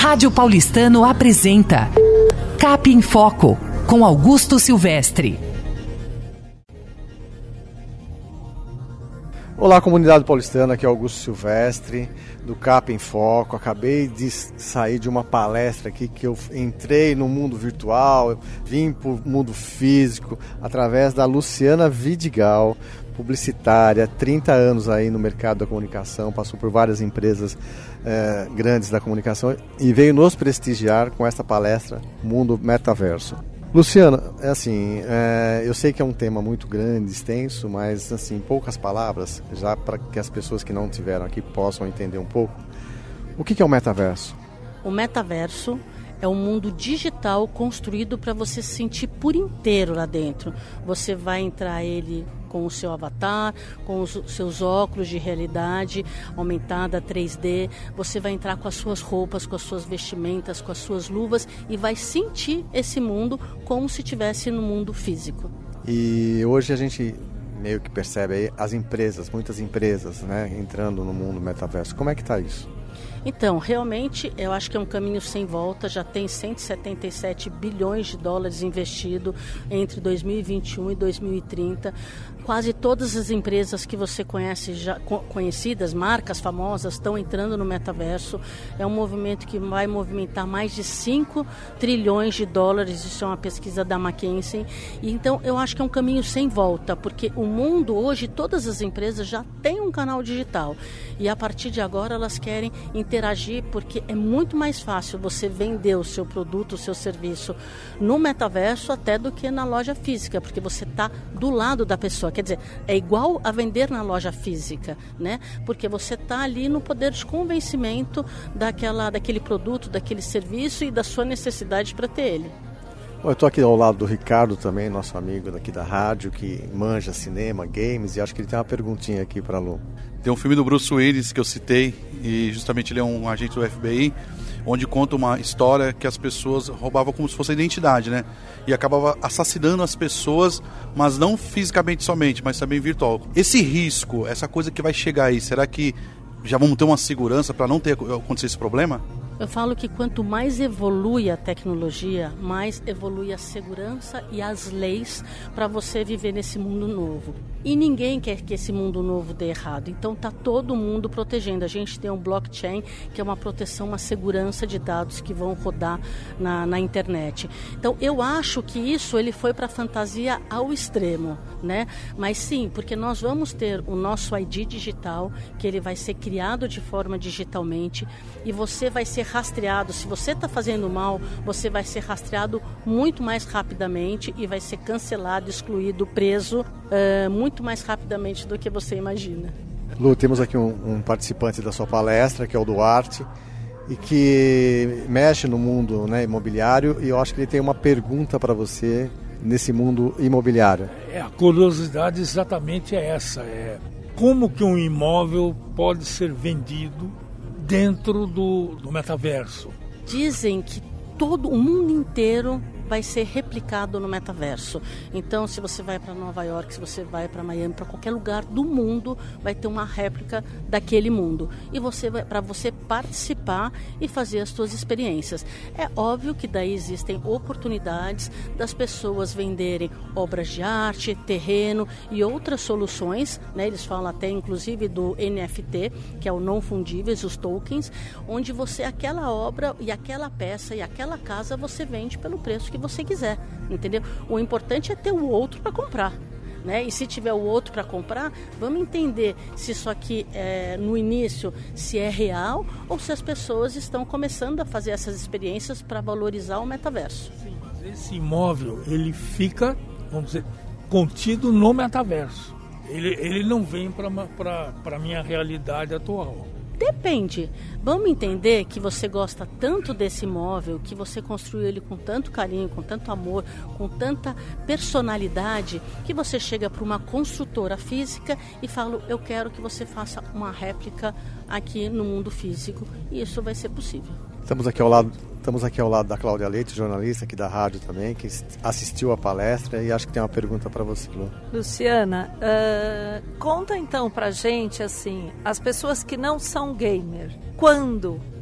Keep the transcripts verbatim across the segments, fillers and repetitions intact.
Rádio Paulistano apresenta Cap em Foco, com Augusto Silvestre. Olá, comunidade paulistana, aqui é Augusto Silvestre, do Cap em Foco. Acabei de sair de uma palestra aqui que eu entrei no mundo virtual, vim para o mundo físico, através da Luciana Vidigal, publicitária, trinta anos aí no mercado da comunicação, passou por várias empresas eh, grandes da comunicação e veio nos prestigiar com esta palestra Mundo Metaverso. Luciana, é assim, é, eu sei que é um tema muito grande, extenso, mas assim, em poucas palavras, já para que as pessoas que não estiveram aqui possam entender um pouco, o que, que é o metaverso? O metaverso é um mundo digital construído para você se sentir por inteiro lá dentro. Você vai entrar ele com o seu avatar, com os seus óculos de realidade aumentada três D, você vai entrar com as suas roupas, com as suas vestimentas, com as suas luvas e vai sentir esse mundo como se estivesse no mundo físico. E hoje a gente meio que percebe aí as empresas, muitas empresas, né, entrando no mundo metaverso. Como é que está isso? Então, realmente, eu acho que é um caminho sem volta, já tem cento e setenta e sete bilhões de dólares investido entre dois mil e vinte e um e dois mil e trinta. Quase todas as empresas que você conhece, já conhecidas, marcas famosas, estão entrando no metaverso. É um movimento que vai movimentar mais de cinco trilhões de dólares, isso é uma pesquisa da McKinsey. E, então, eu acho que é um caminho sem volta, porque o mundo hoje, todas as empresas já têm um canal digital. E a partir de agora elas querem interagir, porque é muito mais fácil você vender o seu produto, o seu serviço no metaverso até do que na loja física, porque você está do lado da pessoa. Quer dizer, é igual a vender na loja física, né? Porque você está ali no poder de convencimento daquela, daquele produto, daquele serviço e da sua necessidade para ter ele. Bom, eu estou aqui ao lado do Ricardo também, nosso amigo daqui da rádio, que manja cinema, games, e acho que ele tem uma perguntinha aqui para a Lu. Tem um filme do Bruce Willis que eu citei, e justamente ele é um agente do F B I, onde conta uma história que as pessoas roubavam como se fosse a identidade, né? E acabava assassinando as pessoas, mas não fisicamente somente, mas também virtual. Esse risco, essa coisa que vai chegar aí, será que já vamos ter uma segurança para não ter acontecer esse problema? Eu falo que quanto mais evolui a tecnologia, mais evolui a segurança e as leis para você viver nesse mundo novo. E ninguém quer que esse mundo novo dê errado. Então está todo mundo protegendo. A gente tem um blockchain, que é uma proteção, uma segurança de dados que vão rodar na, na internet. Então eu acho que isso ele foi para a fantasia ao extremo, né? Mas sim, porque nós vamos ter o nosso I D digital, que ele vai ser criado de forma digitalmente e você vai ser rastreado. Se você está fazendo mal, você vai ser rastreado muito mais rapidamente e vai ser cancelado, excluído, preso uh, muito mais rapidamente do que você imagina. Lu, temos aqui um, um participante da sua palestra, que é o Duarte, e que mexe no mundo, né, imobiliário, e eu acho que ele tem uma pergunta para você nesse mundo imobiliário. É, a curiosidade exatamente é essa, é como que um imóvel pode ser vendido dentro do, do metaverso. Dizem que todo o mundo inteiro vai ser replicado no metaverso. Então, se você vai para Nova York, se você vai para Miami, para qualquer lugar do mundo, vai ter uma réplica daquele mundo. E você vai, para você participar e fazer as suas experiências. É óbvio que daí existem oportunidades das pessoas venderem obras de arte, terreno e outras soluções, né? Eles falam até inclusive do N F T, que é o não fundíveis, os tokens, onde você, aquela obra e aquela peça e aquela casa, você vende pelo preço que você quiser, entendeu? O importante é ter o outro para comprar, né? E se tiver o outro para comprar, vamos entender se isso aqui é, no início, se é real ou se as pessoas estão começando a fazer essas experiências para valorizar o metaverso. Sim, mas esse imóvel, ele fica, vamos dizer, contido no metaverso. Ele, ele não vem para a minha realidade atual. Depende. Vamos entender que você gosta tanto desse imóvel, que você construiu ele com tanto carinho, com tanto amor, com tanta personalidade, que você chega para uma construtora física e fala, eu quero que você faça uma réplica aqui no mundo físico. E isso vai ser possível. Estamos aqui ao lado, estamos aqui ao lado da Cláudia Leite, jornalista aqui da rádio também, que assistiu a palestra e acho que tem uma pergunta para você, Lu. Luciana, uh, conta então pra gente, assim, as pessoas que não são gamer, quando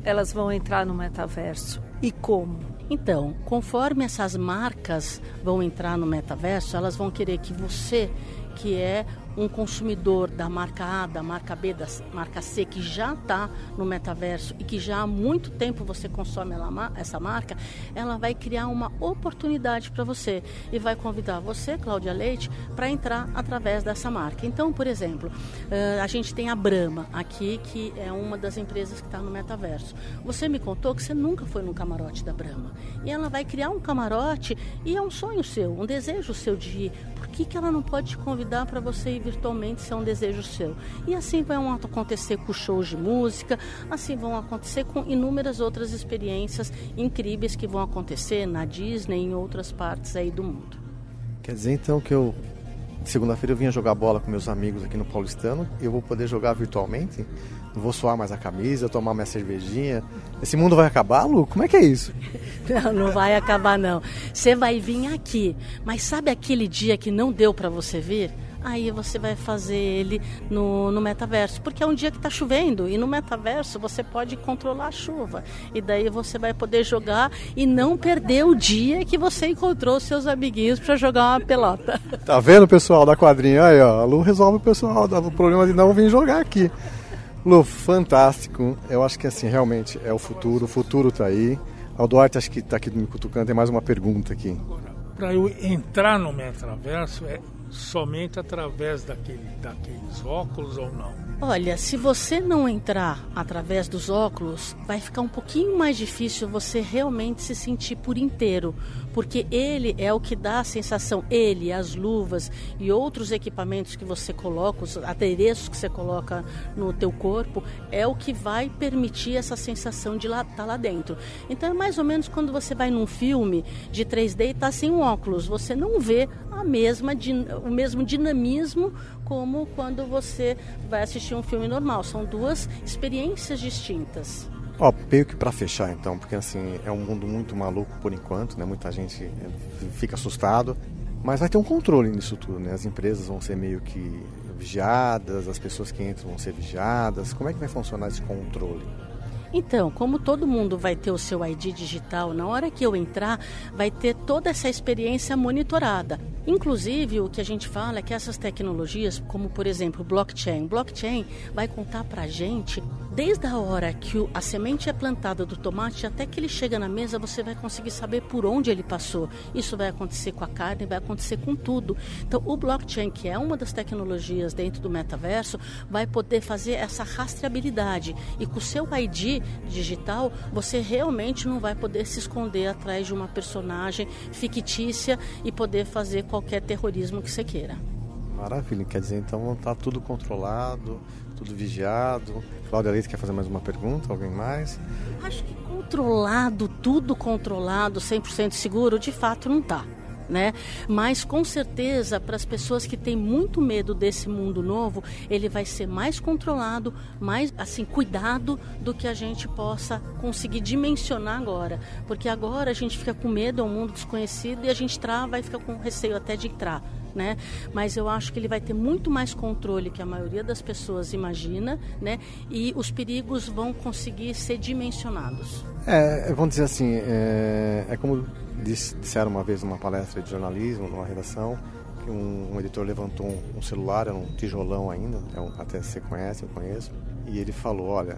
elas vão entrar no metaverso e como? Então, conforme essas marcas vão entrar no metaverso, elas vão querer que você, que é um consumidor da marca A, da marca B, da marca C, que já está no metaverso e que já há muito tempo você consome ela, essa marca, ela vai criar uma oportunidade para você e vai convidar você, Cláudia Leite, para entrar através dessa marca. Então, por exemplo, a gente tem a Brahma aqui, que é uma das empresas que está no metaverso. Você me contou que você nunca foi no camarote da Brahma. E ela vai criar um camarote e é um sonho seu, um desejo seu de ir. Por que, que ela não pode te convidar para você ir virtualmente se é um desejo seu? E assim vão acontecer com shows de música, assim vão acontecer com inúmeras outras experiências incríveis que vão acontecer na Disney e em outras partes aí do mundo. Quer dizer então que eu, segunda-feira eu vinha jogar bola com meus amigos aqui no Paulistano e eu vou poder jogar virtualmente? Não vou suar mais a camisa, tomar minha cervejinha. Esse mundo vai acabar, Lu? Como é que é isso? Não, não vai acabar não. Você vai vir aqui, mas sabe aquele dia que não deu para você vir? Aí você vai fazer ele no, no metaverso, porque é um dia que está chovendo e no metaverso você pode controlar a chuva. E daí você vai poder jogar e não perder o dia que você encontrou seus amiguinhos para jogar uma pelota. Tá vendo, pessoal da quadrinha? Aí, ó, a Lu resolve o pessoal, o problema de não vir jogar aqui. Lu, fantástico. Eu acho que assim, realmente é o futuro, o futuro está aí. O Duarte acho que está aqui me cutucando, tem mais uma pergunta aqui. Para eu entrar no metaverso é somente através daquele, daqueles óculos ou não? Olha, se você não entrar através dos óculos, vai ficar um pouquinho mais difícil você realmente se sentir por inteiro, porque ele é o que dá a sensação, ele, as luvas e outros equipamentos que você coloca, os adereços que você coloca no teu corpo, é o que vai permitir essa sensação de estar lá dentro. Então é mais ou menos quando você vai num filme de três D e está sem um óculos, você não vê a mesma, o mesmo dinamismo como quando você vai assistir um filme normal. São duas experiências distintas. Ó, meio que para fechar então, porque assim, é um mundo muito maluco por enquanto, né? Muita gente fica assustado, mas vai ter um controle nisso tudo, né? As empresas vão ser meio que vigiadas, as pessoas que entram vão ser vigiadas. Como é que vai funcionar esse controle? Então, como todo mundo vai ter o seu I D digital, na hora que eu entrar, vai ter toda essa experiência monitorada. Inclusive, o que a gente fala é que essas tecnologias, como por exemplo o blockchain, blockchain vai contar para a gente, desde a hora que o, a semente é plantada do tomate até que ele chega na mesa, você vai conseguir saber por onde ele passou. Isso vai acontecer com a carne, vai acontecer com tudo. Então, o blockchain, que é uma das tecnologias dentro do metaverso, vai poder fazer essa rastreabilidade. E com o seu I D digital, você realmente não vai poder se esconder atrás de uma personagem fictícia e poder fazer qualquer terrorismo que você queira. Maravilha, quer dizer, então está tudo controlado, tudo vigiado. Cláudia Leite quer fazer mais uma pergunta? Alguém mais? Acho que controlado, tudo controlado, cem por cento seguro, de fato não está. Né? Mas com certeza para as pessoas que têm muito medo desse mundo novo, ele vai ser mais controlado, mais assim cuidado do que a gente possa conseguir dimensionar agora, porque agora a gente fica com medo, é um mundo desconhecido e a gente trava e fica com receio até de entrar, né? Mas eu acho que ele vai ter muito mais controle que a maioria das pessoas imagina, né? E os perigos vão conseguir ser dimensionados. É, vamos dizer assim, é, é como disseram uma vez numa palestra de jornalismo, numa redação, que um, um editor levantou um, um celular, era um tijolão ainda, é um, até você conhece, eu conheço, e ele falou, olha,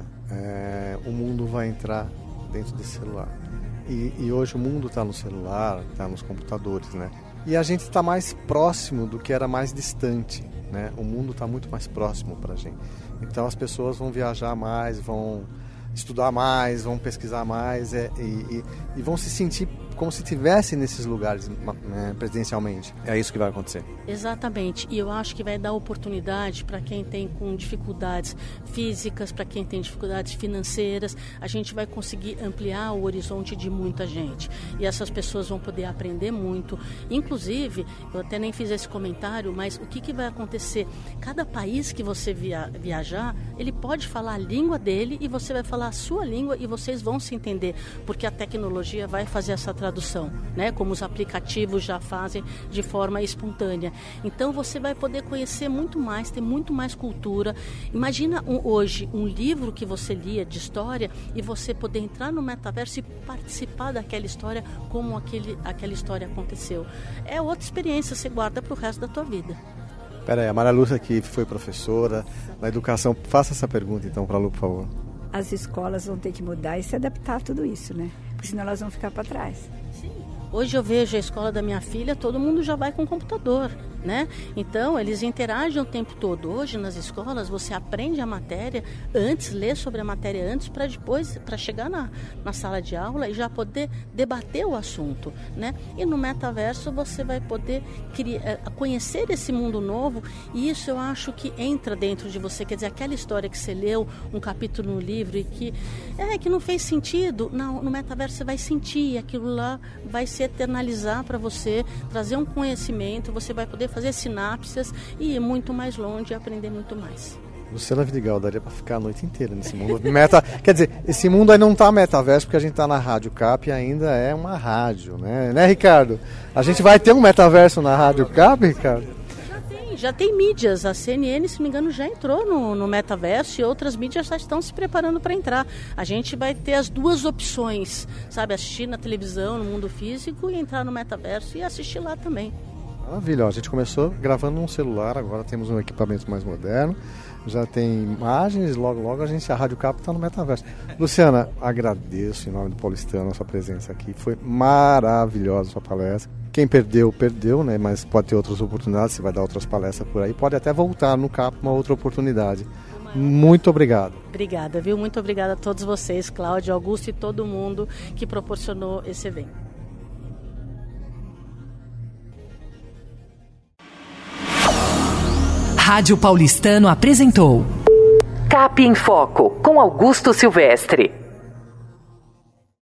é, o mundo vai entrar dentro desse celular. E, e hoje o mundo está no celular, está nos computadores, né? E a gente está mais próximo do que era mais distante, né? O mundo está muito mais próximo para a gente. Então as pessoas vão viajar mais, vão estudar mais, vão pesquisar mais é, e, e, e vão se sentir como se estivesse nesses lugares, né, presencialmente. É isso que vai acontecer. Exatamente. E eu acho que vai dar oportunidade para quem tem com dificuldades físicas, para quem tem dificuldades financeiras. A gente vai conseguir ampliar o horizonte de muita gente. E essas pessoas vão poder aprender muito. Inclusive, eu até nem fiz esse comentário, mas o que, que vai acontecer? Cada país que você via, viajar, ele pode falar a língua dele e você vai falar a sua língua e vocês vão se entender, porque a tecnologia vai fazer essa tradução tradução, né? Como os aplicativos já fazem de forma espontânea. Então você vai poder conhecer muito mais, ter muito mais cultura. Imagina um, hoje um livro que você lia de história e você poder entrar no metaverso e participar daquela história como aquele, aquela história aconteceu. É outra experiência, você guarda para o resto da tua vida. Pera aí, a Maria Lúcia que foi professora na educação, faça essa pergunta então para a Lu, por favor. As escolas vão ter que mudar e se adaptar a tudo isso, né? Porque senão elas vão ficar para trás. Sim. Hoje eu vejo a escola da minha filha, todo mundo já vai com computador, né? Então, eles interagem o tempo todo. Hoje, nas escolas, você aprende a matéria antes, lê sobre a matéria antes, para depois, para chegar na, na sala de aula e já poder debater o assunto, né? E no metaverso, você vai poder criar, conhecer esse mundo novo, e isso eu acho que entra dentro de você. Quer dizer, aquela história que você leu, um capítulo no livro, e que, é, que não fez sentido, não, no metaverso você vai sentir, e aquilo lá vai se eternalizar para você, trazer um conhecimento, você vai poder fazer sinapses e ir muito mais longe e aprender muito mais. Luciana Vidigal, daria para ficar a noite inteira nesse mundo. Meta, quer dizer, esse mundo aí não tá metaverso porque a gente tá na Rádio Cap e ainda é uma rádio, né? Né, Ricardo? A gente vai ter um metaverso na Rádio Cap, Ricardo? Já tem mídias, a C N N, se não me engano, já entrou no, no metaverso e outras mídias já estão se preparando para entrar. A gente vai ter as duas opções, sabe, assistir na televisão, no mundo físico, e entrar no metaverso e assistir lá também. Maravilha, ó, a gente começou gravando num celular, agora temos um equipamento mais moderno, já tem imagens, logo logo a gente, a Rádio Cap está no metaverso. Luciana, agradeço em nome do Paulistano a sua presença aqui, foi maravilhosa a sua palestra. Quem perdeu, perdeu, né? Mas pode ter outras oportunidades, você vai dar outras palestras por aí, pode até voltar no Cap uma outra oportunidade. Muito obrigado. Obrigada, viu? Muito obrigada a todos vocês, Cláudio, Augusto e todo mundo que proporcionou esse evento. Rádio Paulistano apresentou Cap em Foco, com Augusto Silvestre.